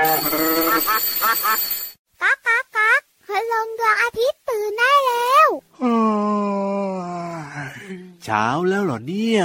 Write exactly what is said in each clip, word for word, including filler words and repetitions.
ก๊ากก๊ากก๊ากพลังดวงอาทิตย์ตื่นได้แล้วเช้าแล้วเหรอเนี่ย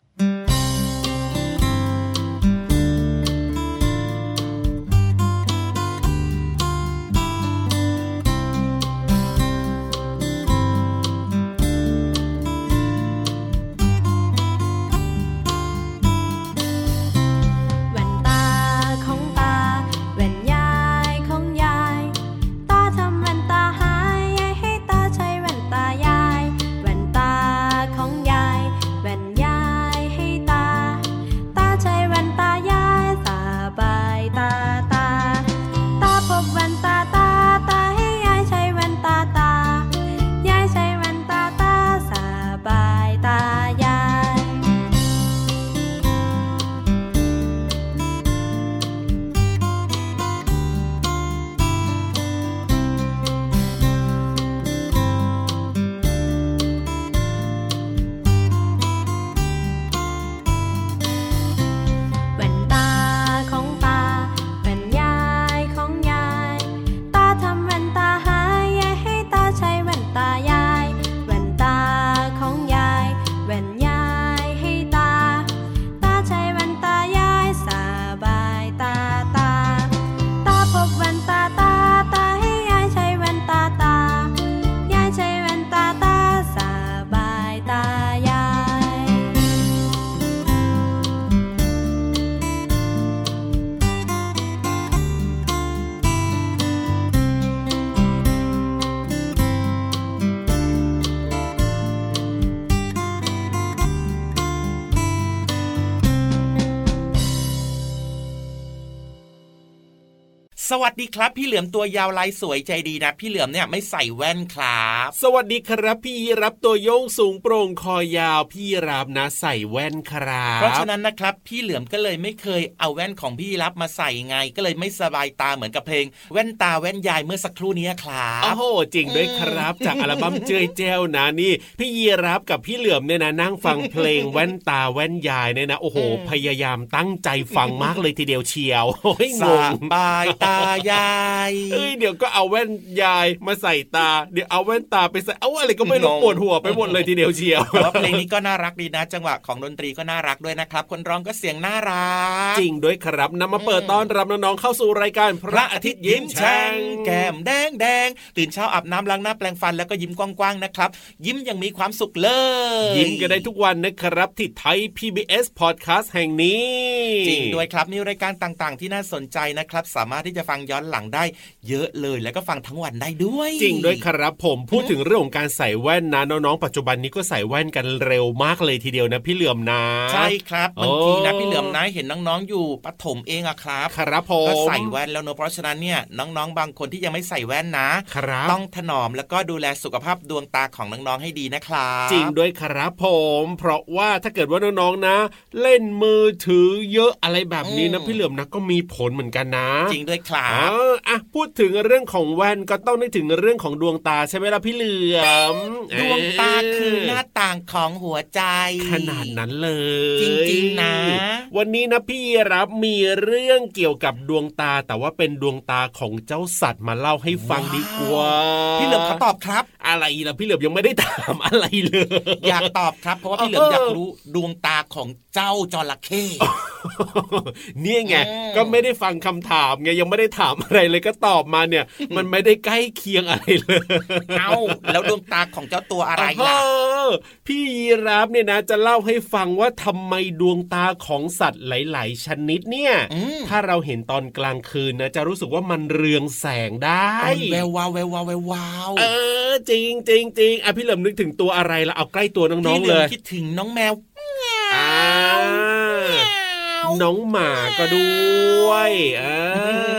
สวัสดีครับพี่เหลือมตัวยาวลายสวยใจดีนะพี่เหลือมเนี่ยไม่ใส่แว่นครับสวัสดีครับพี่รับตัวโยงสูงโปร่งคอยาวพี่รับนะใส่แว่นครับเพราะฉะนั้นนะครับพี่เหลือมก็เลยไม่เคยเอาแว่นของพี่รับมาใส่ไงก็เลยไม่สบายตาเหมือนกับเพลงแว่นตาแว่นยายเมื่อสักครู่นี้ครับโอ้โหจริงด้วยครับจากอัลบั้มเจยแจ้วนะนี่พี่ยีรับกับพี่เหลือมเนี่ยนะนั่งฟังเพลงแว่นตาแว่นยายเนี่ยนะโอ้โหพยายามตั้งใจฟังมากเลยทีเดียวเชียวโอ้ยงงสบายตายายเอ้ยเดี๋ยวก็เอาแว่นยายมาใส่ตาเดี๋ยวเอาแว่นตาไปใส่เอาอะไรก็ไม่รู้ปวดหัวไปหมดเลยทีเดียวเชียวแต่ว่าเพลงนี้ก็น่ารักดีนะจังหวะของดนตรีก็น่ารักด้วยนะครับคนร้องก็เสียงน่ารักจริงด้วยครับนำมาเปิดต้อนรับน้องๆเข้าสู่รายการพระอาทิตย์ยิ้มแฉ่งแก้มแดงแดงตื่นเช้าอาบน้ำล้างหน้าแปรงฟันแล้วก็ยิ้มกว้างๆนะครับยิ้มอย่างมีความสุขเลยยิ้มกันได้ทุกวันนะครับที่ไทย พี บี เอส Podcast แห่งนี้จริงด้วยครับมีรายการต่างๆที่น่าสนใจนะครับสามารถที่จะฟังย้อนหลังได้เยอะเลยแล้วก็ฟังทั้งวันได้ด้วยจริงด้วยครับผมพูดถึงเรื่องของการใส่แว่นนะน้องๆปัจจุบันนี้ก็ใส่แว่นกันเร็วมากเลยทีเดียวนะพี่เหลือมนะใช่ครับบางทีนะพี่เหลือมนะเห็นน้องๆอยู่ประถมเองอะครับครับผมก็ใส่แว่นแล้วเนอะเพราะฉะนั้นเนี่ยน้องๆบางคนที่ยังไม่ใส่แว่นนะต้องถนอมแล้วก็ดูแลสุขภาพดวงตาของน้องๆให้ดีนะครับจริงด้วยครับผมเพราะว่าถ้าเกิดว่าน้องๆนะเล่นมือถือเยอะอะไรแบบนี้นะพี่เหลือมนะก็มีผลเหมือนกันนะจริงด้วยครับเอออ่ะพูดถึงเรื่องของแว่นก็ต้องนึกถึงเรื่องของดวงตาใช่ไหมล่ะพี่เหลือมดวงตาคือหน้าต่างของหัวใจขนาดนั้นเลยจริงๆนะวันนี้นะพี่รับมีเรื่องเกี่ยวกับดวงตาแต่ว่าเป็นดวงตาของเจ้าสัตว์มาเล่าให้ฟังดีกว่าพี่เหลือมเขาตอบครับอะไรล่ะพี่เหลือมยังไม่ได้ถามอะไรเลยอยากตอบครับเพราะว่าพี่เหลือมอยากรู้ดวงตาของเจ้าจระเข้เนี่ยไงก็ไม่ได้ฟังคำถามไงยังไม่ได้ถามอะไรเลยก็ตอบมาเนี่ยมันไม่ได้ใกล้เคียงอะไรเลยเอ้าแล้วดวงตาของเจ้าตัวอะไรล่ะพี่ยีราฟเนี่ยนะจะเล่าให้ฟังว่าทำไมดวงตาของสัตว์หลายๆชนิดเนี่ยถ้าเราเห็นตอนกลางคืนนะจะรู้สึกว่ามันเรืองแสงได้แวววาวแวววาวแวววาวเออจริงจริงจริงอ่ะพี่เหลิมนึกถึงตัวอะไรละเอาใกล้ตัวน้องๆเลยคิดถึงน้องแมวอ่าน้องหมาก็ด้วยเออถ้า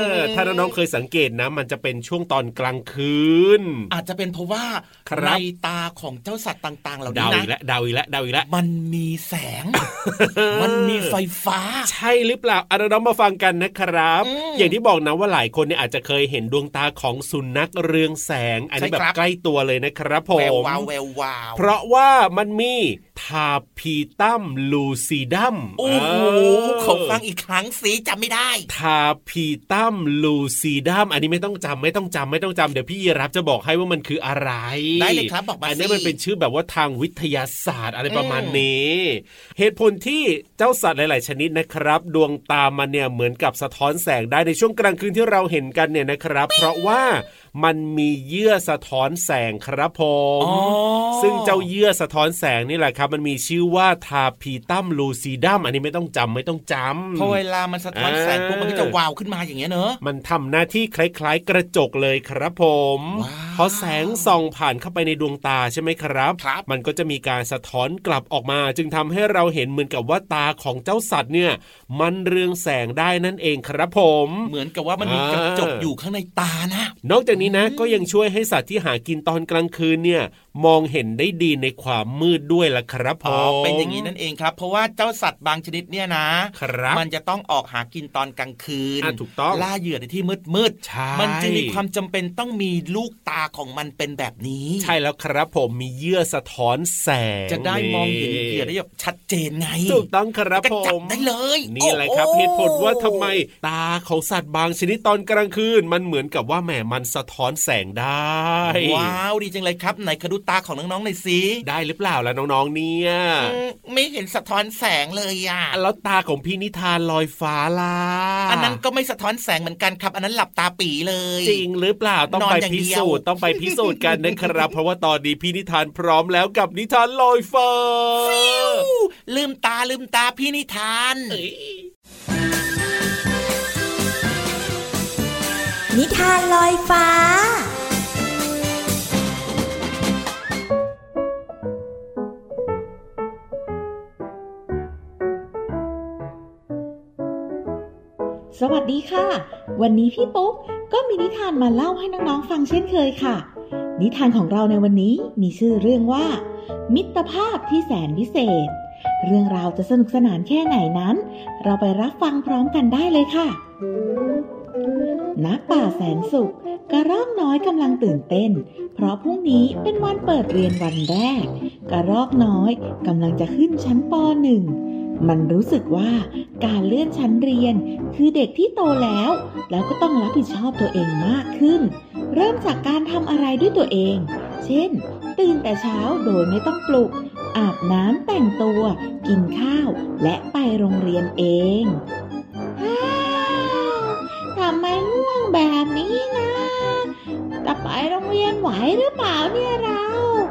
ถ้าน้องๆเคยสังเกตนะมันจะเป็นช่วงตอนกลางคืนอาจจะเป็นเพราะว่าในตาของเจ้าสัตว์ต่างๆเหล่านี้นะดาวอีกแล้วดาวอีกแล้วดาวอีกแล้วมันมีแสง มันมีไฟฟ้าใช่หรือเปล่าอ่ะน้องๆมาฟังกันนะครับ อ, อย่างที่บอกนะว่าหลายคนเนี่ยอาจจะเคยเห็นดวงตาของสุนัขเรืองแสงอันนี้แบบใกล้ตัวเลยนะครับผมแวววาวแวววาวเพราะว่ามันมีทาพีตัมลูซิดัมโอ้โหขอฟังอีกครั้งสิจำไม่ได้ทาพีตัมลูซิดัมอันนี้ไม่ต้องจำไม่ต้องจำไม่ต้องจำเดี๋ยวพี่ยีรับจะบอกให้ว่ามันคืออะไรได้เลยครับบอกมาสิอันนี้มันเป็นชื่อแบบว่าทางวิทยาศาสตร์อะไรประมาณนี้เหตุผลที่เจ้าสัตว์หลายๆชนิดนะครับดวงตามันเนี่ยเหมือนกับสะท้อนแสงได้ในช่วงกลางคืนที่เราเห็นกันเนี่ยนะครับเพราะว่ามันมีเยื่อสะท้อนแสงครับผมซึ่งเจ้าเยื่อสะท้อนแสงนี่แหละครับมันมีชื่อว่าทาพีตัมลูซิดัมอันนี้ไม่ต้องจำไม่ต้องจำพอเวลามันสะท้อนแสงปุ๊บมันก็จะวาวขึ้นมาอย่างเงี้ยเนอะมันทำหน้าที่คล้ายๆกระจกเลยครับผมพอแสงส่องผ่านเข้าไปในดวงตาใช่ไหมครับมันก็จะมีการสะท้อนกลับออกมาจึงทำให้เราเห็นเหมือนกับว่าตาของเจ้าสัตว์เนี่ยมันเรืองแสงได้นั่นเองครับผมเหมือนกับว่ามันมีกระจกอยู่ข้างในตานะนอกจากนี้นะก็ยังช่วยให้สัตว์ที่หากินตอนกลางคืนเนี่ยมองเห็นได้ดีในความมืดด้วยล่ะครับผมเป็นอย่างนี้นั่นเองครับเพราะว่าเจ้าสัตว์บางชนิดเนี่ยนะมันจะต้องออกหากินตอนกลางคืนถูกต้องล่าเหยื่อในที่มืดมืดมันจึงมีความจำเป็นต้องมีลูกตาของมันเป็นแบบนี้ใช่แล้วครับผมมีเยื่อสะท้อนแสงจะได้มองเห็นเหยื่อได้แบบชัดเจนไงถูกต้องครับผมจับได้เลยนี่แหละครับเหตุผลว่าทำไมตาของสัตว์บางชนิดตอนกลางคืนมันเหมือนกับว่าแหมมันสะท้อนแสงได้ว้าวดีจังเลยครับไหนขอดูตาของน้องๆหน่อยสิได้หรือเปล่าล่ะน้องๆเนี่ยไม่เห็นสะท้อนแสงเลยอ่ะแล้วตาของพี่นิทานลอยฟ้าล่ะอันนั้นก็ไม่สะท้อนแสงเหมือนกันครับอันนั้นหลับตาปี่เลยจริงหรือเปล่าต้องไปพิสูจน์ต้องไปพิสูจน์กันนะครับเพราะว่าตอนนี้พี่นิทานพร้อมแล้วกับนิทานลอยฟ้าลืมตาลืมตาพี่นิทานนิทานลอยฟ้าสวัสดีค่ะวันนี้พี่ปุ๊กก็มีนิทานมาเล่าให้น้องๆฟังเช่นเคยค่ะนิทานของเราในวันนี้มีชื่อเรื่องว่ามิตรภาพที่แสนวิเศษเรื่องราวจะสนุกสนานแค่ไหนนั้นเราไปรับฟังพร้อมกันได้เลยค่ะณ ป่าแสนสุขกระรอกน้อยกำลังตื่นเต้นเพราะพรุ่งนี้เป็นวันเปิดเรียนวันแรกกระรอกน้อยกำลังจะขึ้นชั้นป หนึ่งมันรู้สึกว่าการเลื่อนชั้นเรียนคือเด็กที่โตแล้วแล้วก็ต้องรับผิดชอบตัวเองมากขึ้นเริ่มจากการทำอะไรด้วยตัวเองเช่นตื่นแต่เช้าโดยไม่ต้องปลุกอาบน้ำแต่งตัวกินข้าวและไปโรงเรียนเองทำไมง่วงแบบนี้นะจะไปโรงเรียนไหวหรือเปล่าเนี่ยเรา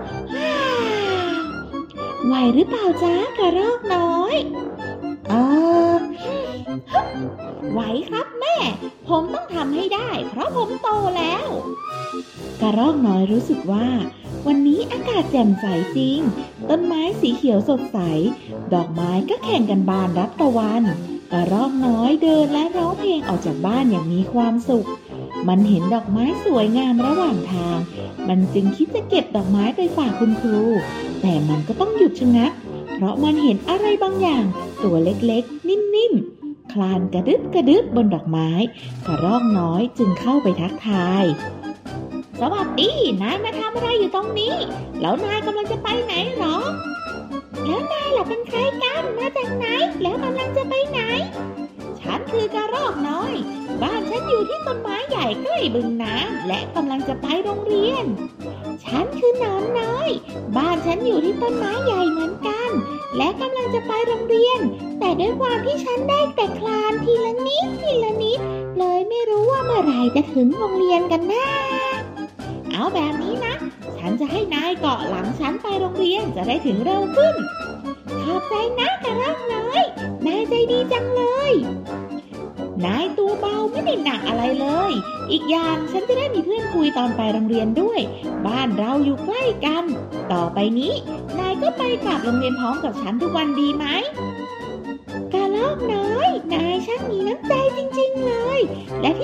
ไหวหรือเปล่าจ๊ะกระรอกน้อยเออไหวครับแม่ผมต้องทำให้ได้เพราะผมโตแล้วกระรอกน้อยรู้สึกว่าวันนี้อากาศแจ่มใสจริงต้นไม้สีเขียวสดใสดอกไม้ก็แข่งกันบานรับตะวันกระรอกน้อยเดินและร้องเพลงออกจากบ้านอย่างมีความสุขมันเห็นดอกไม้สวยงามระหว่างทางมันจึงคิดจะเก็บดอกไม้ไปฝากคุณครูแต่มันก็ต้องหยุดชะงักเพราะมันเห็นอะไรบางอย่างตัวเล็กๆนิ่มๆคลานกระดึ๊บกระดึ๊บบนดอกไม้กระรอกน้อยจึงเข้าไปทักทายสวัสดีนายมาทำอะไรอยู่ตรงนี้แล้วนายกำลังจะไปไหนหรอแล้วนายล่ะเป็นใครกันมาจากไหนแล้วกำลังจะไปไหนฉันคือกระรอกน้อยบ้านฉันอยู่ที่ต้นไม้ใหญ่ใกล้บึงน้ำและกำลังจะไปโรงเรียนฉันคือหนอนน้อยบ้านฉันอยู่ที่ต้นไม้ใหญ่เหมือนกันและกำลังจะไปโรงเรียนแต่ด้วยความที่ฉันได้แต่คลานทีละนิดทีละนิดเลยไม่รู้ว่าเมื่อไหร่จะถึงโรงเรียนกันนะเอาแบบนี้นะฉันจะให้นายเกาะหลังฉันไปโรงเรียนจะได้ถึงเร็วขึ้นขอบใจนะกระรอกน้อยนายใจดีจังเลยนายตัวเบาไม่ได้หนักอะไรเลยอีกอย่างฉันจะได้มีเพื่อนคุยตอนไปโรงเรียนด้วยบ้านเราอยู่ใกล้กันต่อไปนี้นายก็ไปกลับโรงเรียนพร้อมกับฉันทุกวันดีไหมกระรอกน้อยนายช่างมีน้ำใจจริงๆเลยและที่สำคัญ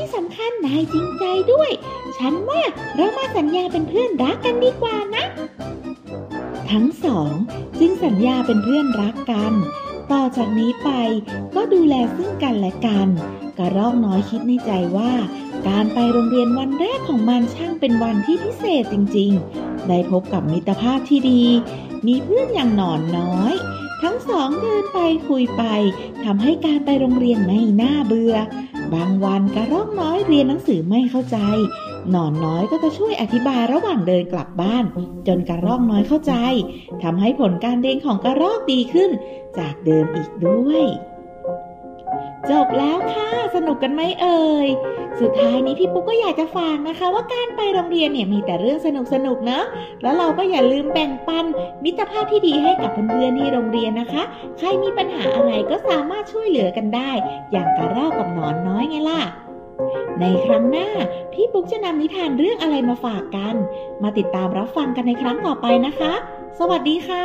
กันนายจริงใจด้วยฉันว่าเรามาสัญญาเป็นเพื่อนรักกันดีกว่านะทั้งสองจึงสัญญาเป็นเพื่อนรักกันต่อจากนี้ไปก็ดูแลซึ่งกันและกันกระรอกน้อยคิดในใจว่าการไปโรงเรียนวันแรกของมันช่างเป็นวันที่พิเศษจริงๆได้พบกับมิตรภาพที่ดีมีเพื่อนอย่างหนอนน้อยทั้งสองเดินไปคุยไปทำให้การไปโรงเรียนไม่น่าเบื่อบางวันกระรอกน้อยเรียนหนังสือไม่เข้าใจหนอนน้อยก็จะช่วยอธิบายระหว่างเดินกลับบ้านจนกระรอกน้อยเข้าใจทำให้ผลการเรียนของกระรอกดีขึ้นจากเดิมอีกด้วยจบแล้วค่ะสนุกกันไหมเอ่ยสุดท้ายนี้พี่ปุ๊กก็อยากจะฝากนะคะว่าการไปโรงเรียนเนี่ยมีแต่เรื่องสนุกสนุกเนอะแล้วเราก็อย่าลืมแบ่งปันมิตรภาพที่ดีให้กับเพื่อนๆที่โรงเรียนนะคะใครมีปัญหาอะไรก็สามารถช่วยเหลือกันได้อย่างกระรอกกับหนอนน้อยไงล่ะในครั้งหน้าพี่ปุ๊กจะนำนิทานเรื่องอะไรมาฝากกันมาติดตามรับฟังกันในครั้งต่อไปนะคะสวัสดีค่ะ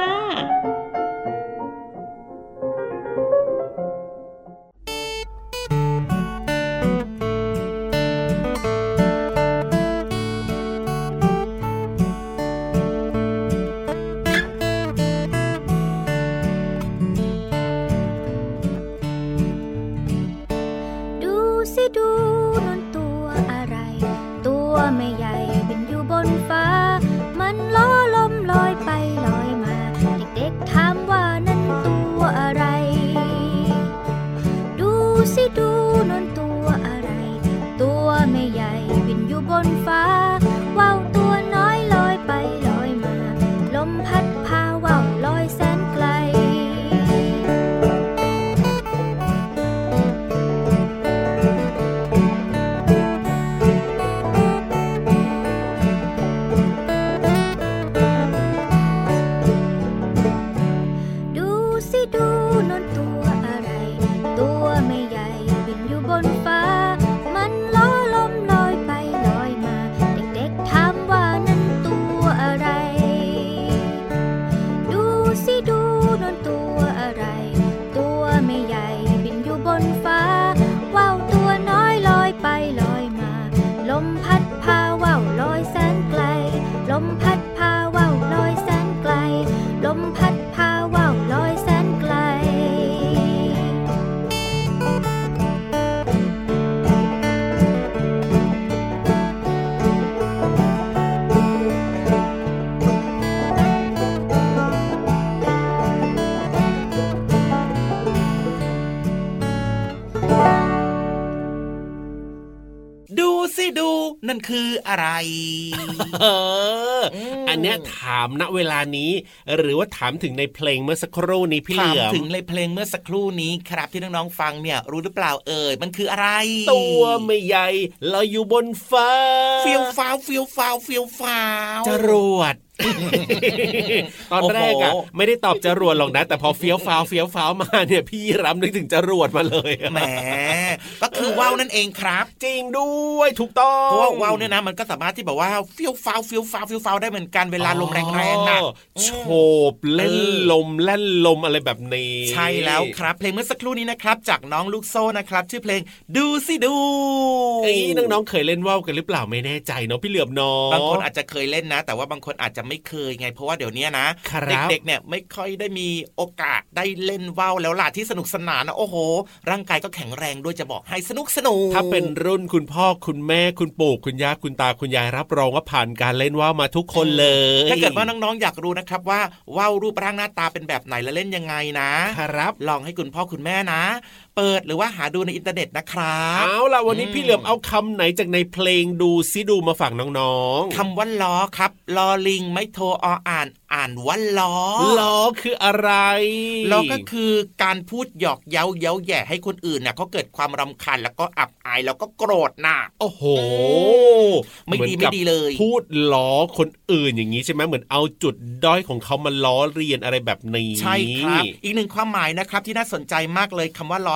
นั่นคืออะไรเอออันเนี้ยถามณเวลานี้หรือว่าถามถึงในเพลงเมื่อสักครู่นี้พี่เหลือมถามถึงในเพลงเมื่อสักครู่นี้ครับที่น้องๆฟังเนี่ยรู้หรือเปล่าเอ่ยมันคืออะไรตัวไม่ใหญ่ลอยอยู่บนฟ้าเฟี้ยวฟ้าวเฟี้ยวฟ้าวเฟี้ยวฟ้าวจรวดตอนแรกอ่ะไม่ได้ตอบจรวดหรอกนะแต่พอเฟี้ยวฟ้าวเฟี้ยวฟ้าวมาเนี่ยพี่รำนึกถึงจรวดมาเลยแหมก็คือว่าวนั่นเองครับจริงด้วยถูกต้องเพราะว่าว่าวเนี่ยนะมันก็สามารถที่แบบว่าเฟี้ยวฟ้าวเฟี้ยวฟ้าวเฟี้ยวฟ้าวได้เหมือนกันเวลาลมแรงๆนะโฉบเล่นลมแล่นลมอะไรแบบนี้ใช่แล้วครับเพลงเมื่อสักครู่นี้นะครับจากน้องลูกโซ่นะครับชื่อเพลงดูสิดูเอ้ยน้องๆเคยเล่นว่าวกันหรือเปล่าไม่แน่ใจเนาะพี่เหลือมน้องบางคนอาจจะเคยเล่นนะแต่ว่าบางคนอาจจะไม่เคยไงเพราะว่าเดี๋ยวนี้นะเด็กๆเนี่ยไม่ค่อยได้มีโอกาสได้เล่นว่าวแล้วล่ะที่สนุกสนานนะโอ้โหร่างกายก็แข็งแรงด้วยจะบอกให้สนุกสนุกถ้าเป็นรุ่นคุณพ่อคุณแม่คุณปู่คุณย่าคุณตาคุณยายรับรองว่าผ่านการเล่นว่าวมาทุกคนเลยถ้าเกิดว่าน้องๆอยากรู้นะครับว่าว่าวรูปร่างหน้าตาเป็นแบบไหนและเล่นยังไงนะครับลองให้คุณพ่อคุณแม่นะเปิดหรือว่าหาดูในอินเทอร์เน็ตนะครับเอาล่ะวันนี้พี่เหลือมเอาคำไหนจากในเพลงดูซิดูมาฝากน้องๆคำว่าล้อครับลอลิงไม่โทรออ่านอ่านว่าล้อล้อคืออะไรล้อก็คือการพูดหยอกเย้าเย้าแย่ให้คนอื่นน่ะเขาเกิดความรำคาญแล้วก็อับอายแล้วก็โกรธน่ะโอ้โหไม่ดีไม่ดีเลยพูดล้อคนอื่นอย่างนี้ใช่ไหมเหมือนเอาจุดด้อยของเขามาล้อเลียนอะไรแบบนี้ใช่ครับอีกหนึ่งความหมายนะครับที่น่าสนใจมากเลยคำว่าล้อ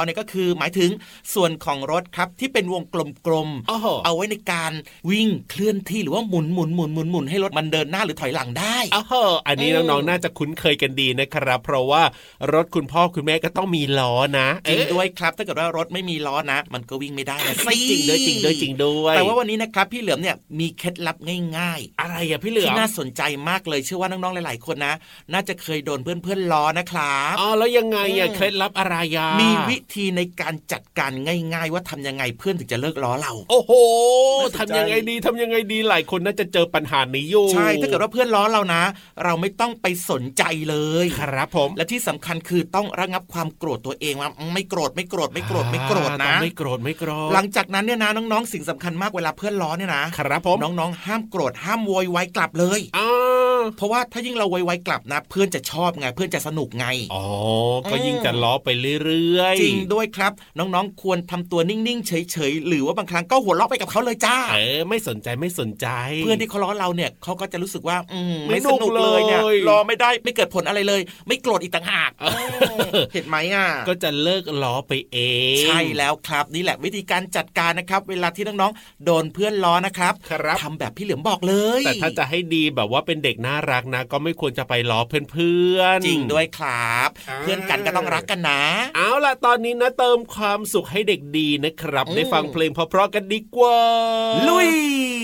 เนี่ยก็คือหมายถึงส่วนของรถครับที่เป็นวงกลมๆเอาไว้ในการวิ่งเคลื่อนที่หรือว่าหมุนหมุนหมุนหมุนหมุนให้รถมันเดินหน้าหรือถอยหลังได้อ๋ออันนี้น้องๆน่าจะคุ้นเคยกันดีนะครับเพราะว่ารถคุณพ่อคุณแม่ก็ต้องมีล้อนะจริงด้วยครับถ้าเกิดว่ารถไม่มีล้อนะมันก็วิ่งไม่ได้นะจริงด้วยจริงด้วยจริงด้วยแต่ว่าวันนี้นะครับพี่เหลือมเนี่ยมีเคล็ดลับง่ายๆอะไรอะพี่เหลือมที่น่าสนใจมากเลยเชื่อว่าน้องๆหลายๆคนนะน่าจะเคยโดนเพื่อนๆล้อนะครับอ๋อแล้วยังไงอะเคล็ดลับอะไรอะมีวิธีในการจัดการง่ายๆว่าทำยังไงเพื่อนถึงจะเลิกล้อเราโอ้โหทำยังไงดีทำยังไงดีหลายคนน่าจะเจอปัญหานี้อยู่ใช่ถ้าเกิดว่าเพื่อนล้อเรานะเราไม่ต้องไปสนใจเลยครับผมและที่สำคัญคือต้องระงับความโกรธตัวเองว่าไม่โกรธไม่โกรธไม่โกรธไม่โกรธนะไม่โกรธไม่โกรธหลังจากนั้นเนี่ยนะน้องๆสิ่งสำคัญมากเวลาเพื่อนล้อเนี่ยนะครับผมน้องๆห้ามโกรธห้ามโวยวายกลับเลยเพราะว่าถ้ายิ่งเราโวยวายกลับนะเพื่อนจะชอบไงเพื่อนจะสนุกไงอ๋อก็ยิ่งจะล้อไปเรื่อยๆจริงด้วยครับน้องๆควรทำตัวนิ่งๆเฉยๆหรือว่าบางครั้งก็หัวเราะไปกับเขาเลยจ้าเออไม่สนใจไม่สนใจเพื่อนที่เขาล้อเราเนี่ยเขาก็จะรู้สึกว่าอืมไม่สนุกเลยเนี่ยล้อไม่ได้ไม่เกิดผลอะไรเลยไม่โกรธอีกต่างหากเห็นไหมอ่ะก็จะเลิกล้อไปเองใช่แล้วครับนี่แหละวิธีการจัดการนะครับเวลาที่น้องๆโดนเพื่อนล้อนะครับทำแบบพี่เหลือมบอกเลยแต่ถ้าจะให้ดีแบบว่าเป็นเด็กน่ารักนะก็ไม่ควรจะไปล้อเพื่อนๆจริงด้วยครับเพื่อนกันก็ต้องรักกันนะเอาล่ะตอนนี้นะเติมความสุขให้เด็กดีนะครับได้ฟังเพลงเพราะๆกันดีกว่าลุย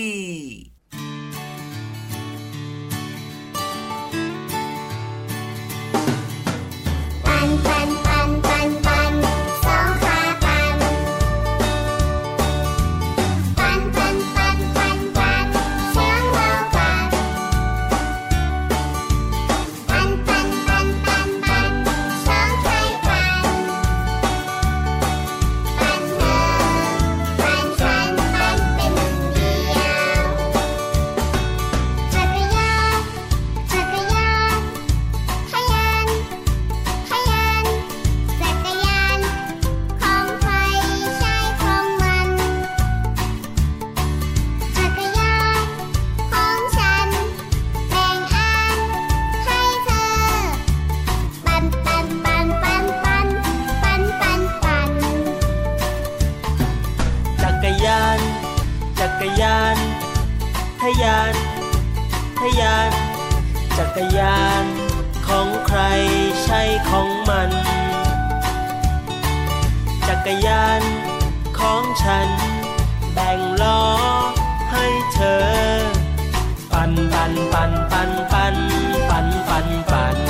จักรยานของใครใช่ของมันจักรยานของฉันแบ่งล้อให้เธอปั่นปั่นปั่นปั่นปั่นปั่นปั่นปั่น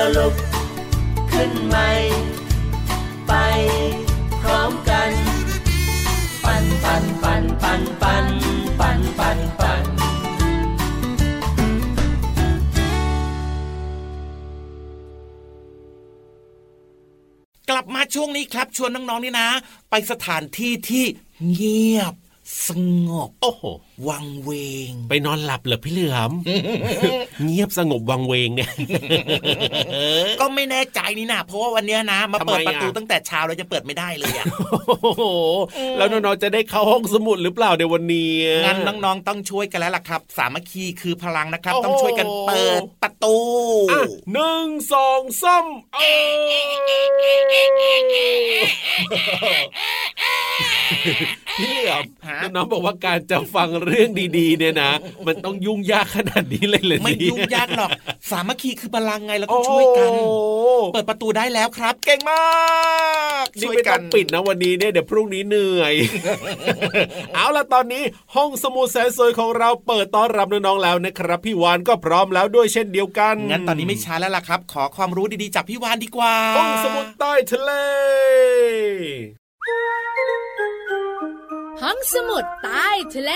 ลุกขึ้นใหม่ไปพร้อมกันปันปันปันปันปันปันปันปันกลับมาช่วงนี้ครับชวนน้องๆนี่นะไปสถานที่ที่เงียบสงบโอ้โหวังเวงไปนอนหลับเหรอพี่เหลือม เงียบสงบวังเวงเนี่ยก็ไม่แน่ใจนี่นะเพราะว่าวันนี้นะมาเปิดประตูตั้งแต่เช้าแล้วจะเปิดไม่ได้เลยอ่ะโอ้โหแล้วน้องๆจะได้เข้าห้องสมุดหรือเปล่าในวันนี้งั้นน้องๆต้องช่วยกันแล้วล่ะครับสามัคคีคือพลังนะครับต้องช่วยกันเปิดประตูหนึ่งสองสามเอพี่เหลือมน้องๆบอกว่าการจะฟังเรื่องดีๆเนี่ยนะมันต้องยุ่งยากขนาดนี้เลยเลยไม่ยุ่งยากหรอกสามัคคีคือพลังไงเราต้องช่วยกันเปิดประตูได้แล้วครับเก่งมากช่วยกันปิดนะวันนี้เนี่ยเดี๋ยวพรุ่งนี้เหนื่อย เอาล่ะตอนนี้ห้องสมุดแสนสวยของเราเปิดต้อนรับน้องๆแล้วนะครับพี่วานก็พร้อมแล้วด้วยเช่นเดียวกันงั้นตอนนี้ไม่ช้าแล้วล่ะครับขอความรู้ดีๆจากพี่วานดีกว่าห้องสมุดใต้ทะเลห้องสมุดใต้ทะเล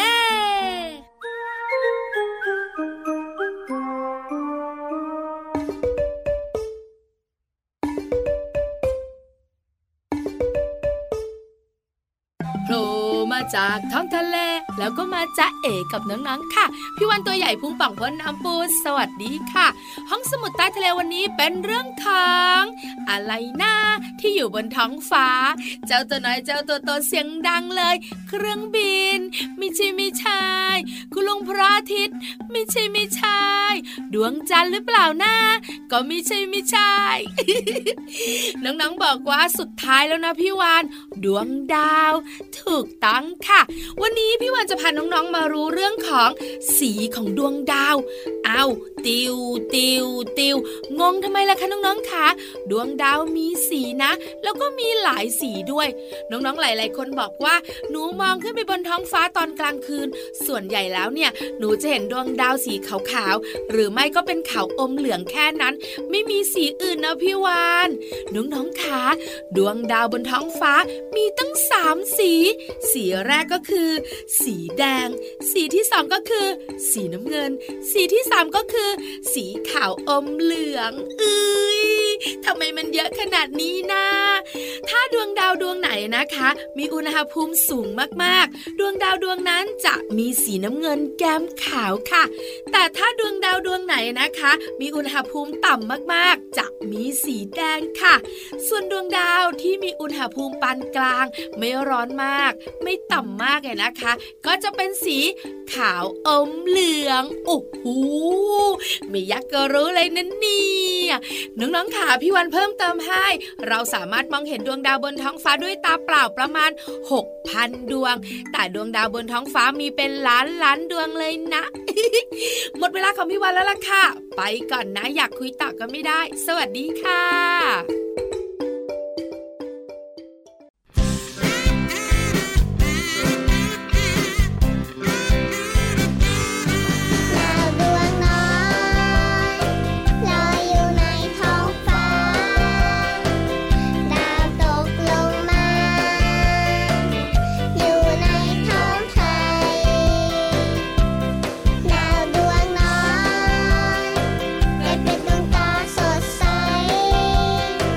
โผล่มาจากท้องทะเลแล้วก็มาจ๊ะเอ๋กับน้องๆค่ะพี่วันตัวใหญ่พุงป่องพ้นน้ำปูสวัสดีค่ะห้องสมุดใต้ทะเลวันนี้เป็นเรื่องของอะไรนะที่อยู่บนท้องฟ้าเจ้าตัวน้อยเจ้าตัวโตเสียงดังเลยเครื่องบินไม่ใช่ไม่ใช่คุณลุงพระอาทิตย์ไม่ใช่ไม่ใช่ดวงจันทร์หรือเปล่านะก็ไม่ใช่ไม่ใช่ น้องๆบอกว่าสุดท้ายแล้วนะพี่วานดวงดาวถูกต้องค่ะวันนี้พี่วานจะพาน้องๆมารู้เรื่องของสีของดวงดาวอ้าวติวติวติวงงทำไมล่ะคะน้องๆคะดวงดาวมีสีนะแล้วก็มีหลายสีด้วยน้องๆหลายๆคนบอกว่าหนูมองขึ้นไปบนท้องฟ้าตอนกลางคืนส่วนใหญ่แล้วเนี่ยหนูจะเห็นดวงดาวสีขาวๆหรือไม่ก็เป็นขาวอมเหลืองแค่นั้นไม่มีสีอื่นนะพี่วานน้องๆคะดวงดาวบนท้องฟ้ามีตั้งสามสีสีแรกก็คือสีแดงสีที่สองก็คือสีน้ำเงินสีที่สามก็คือสีขาวอมเหลืองเอ้ยทำไมมันเยอะขนาดนี้นะถ้าดวงดาวดวงไหนนะคะมีอุณหภูมิสูงมากๆดวงดาวดวงนั้นจะมีสีน้ำเงินแก้มขาวค่ะแต่ถ้าดวงดาวดวงไหนนะคะมีอุณหภูมิต่ำมากๆจะมีสีแดงค่ะส่วนดวงดาวที่มีอุณหภูมิปานกลางไม่ร้อนมากไม่ต่ำมากเลยนะคะก็จะเป็นสีขาวอมเหลืองโอ้โหไม่อยากก็รู้เลยนะเนี่ยน้องๆค่ะพี่วันเพิ่มเติมให้เราสามารถมองเห็นดวงดาวบนท้องฟ้าด้วยตาเปล่าประมาณ หกพัน ดวงแต่ดวงดาวบนท้องฟ้ามีเป็นล้านล้านดวงเลยนะ หมดเวลาของพี่วันแล้วล่ะค่ะไปก่อนนะอยากคุยต่อก็ไม่ได้สวัสดีค่ะด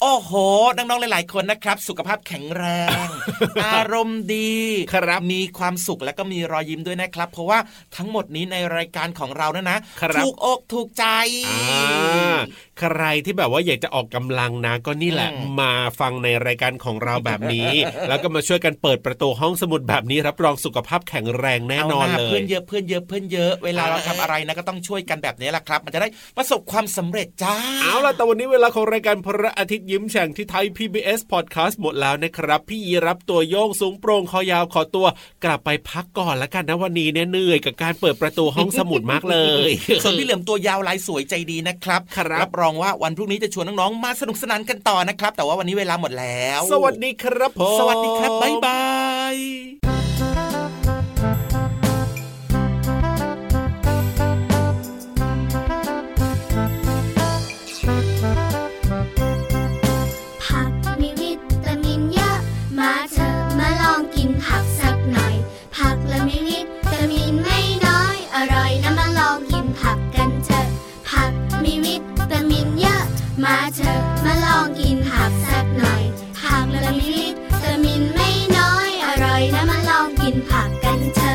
โอ้โหน้องๆหลายๆคนนะครับสุขภาพแข็งแรง อารมณ์ดีครับมีความสุขและก็มีรอยยิ้มด้วยนะครับเพราะว่าทั้งหมดนี้ในรายการของเรานะนะถูกอกถูกใจใครที่แบบว่าอยากจะออกกำลังนะก็นี่แหละมาฟังในรายการของเราแบบนี้ แล้วก็มาช่วยกันเปิดประตูห้องสมุดแบบนี้รับรองสุขภาพแข็งแรงแน่นอนเลยเพื่อนเยอะเพื่อนเยอะเพื่อนเยอะเวลาเราทำอะไรนะก็ต้องช่วยกันแบบนี้แหละครับมันจะได้ประสบความสำเร็จจ้าเอาล่ะแต่วันนี้เวลาของรายการพระอาทิตย์ยิ้มแฉ่งที่ไทย พี บี เอส Podcast หมดแล้วนะครับพี่ยีรับตัวโยงสูงโปร่งคอยาวขอตัวกลับไปพักก่อนละกันนะวันนี้เนี่ยเหนื่อยกับการเปิดประตูห้องสมุดมากเลยส่วนพี่เหลือมตัวยาวลายสวยใจดีนะครับรับรองว่าวันพรุ่งนี้จะชวนน้องๆมาสนุกสนานกันต่อนะครับแต่ว่าวันนี้เวลาหมดแล้วสวัสดีครับผมสวัสดีครับบ๊ายบายผักสักหน่อยผักละมีวิตามินไม่น้อยอร่อยนะมาลองกินผักกันเถอะผักมีวิตามินเยอะมาเถอะมาลองกินผักสักหน่อยผักละมีวิตามินไม่น้อยอร่อยนะมาลองกินผักกันเถอะ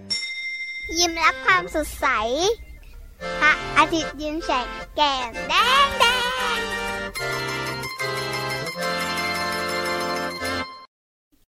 ยิ้มรับความสดใสพระอาทิตย์ยิ้มแฉกแก้มแดง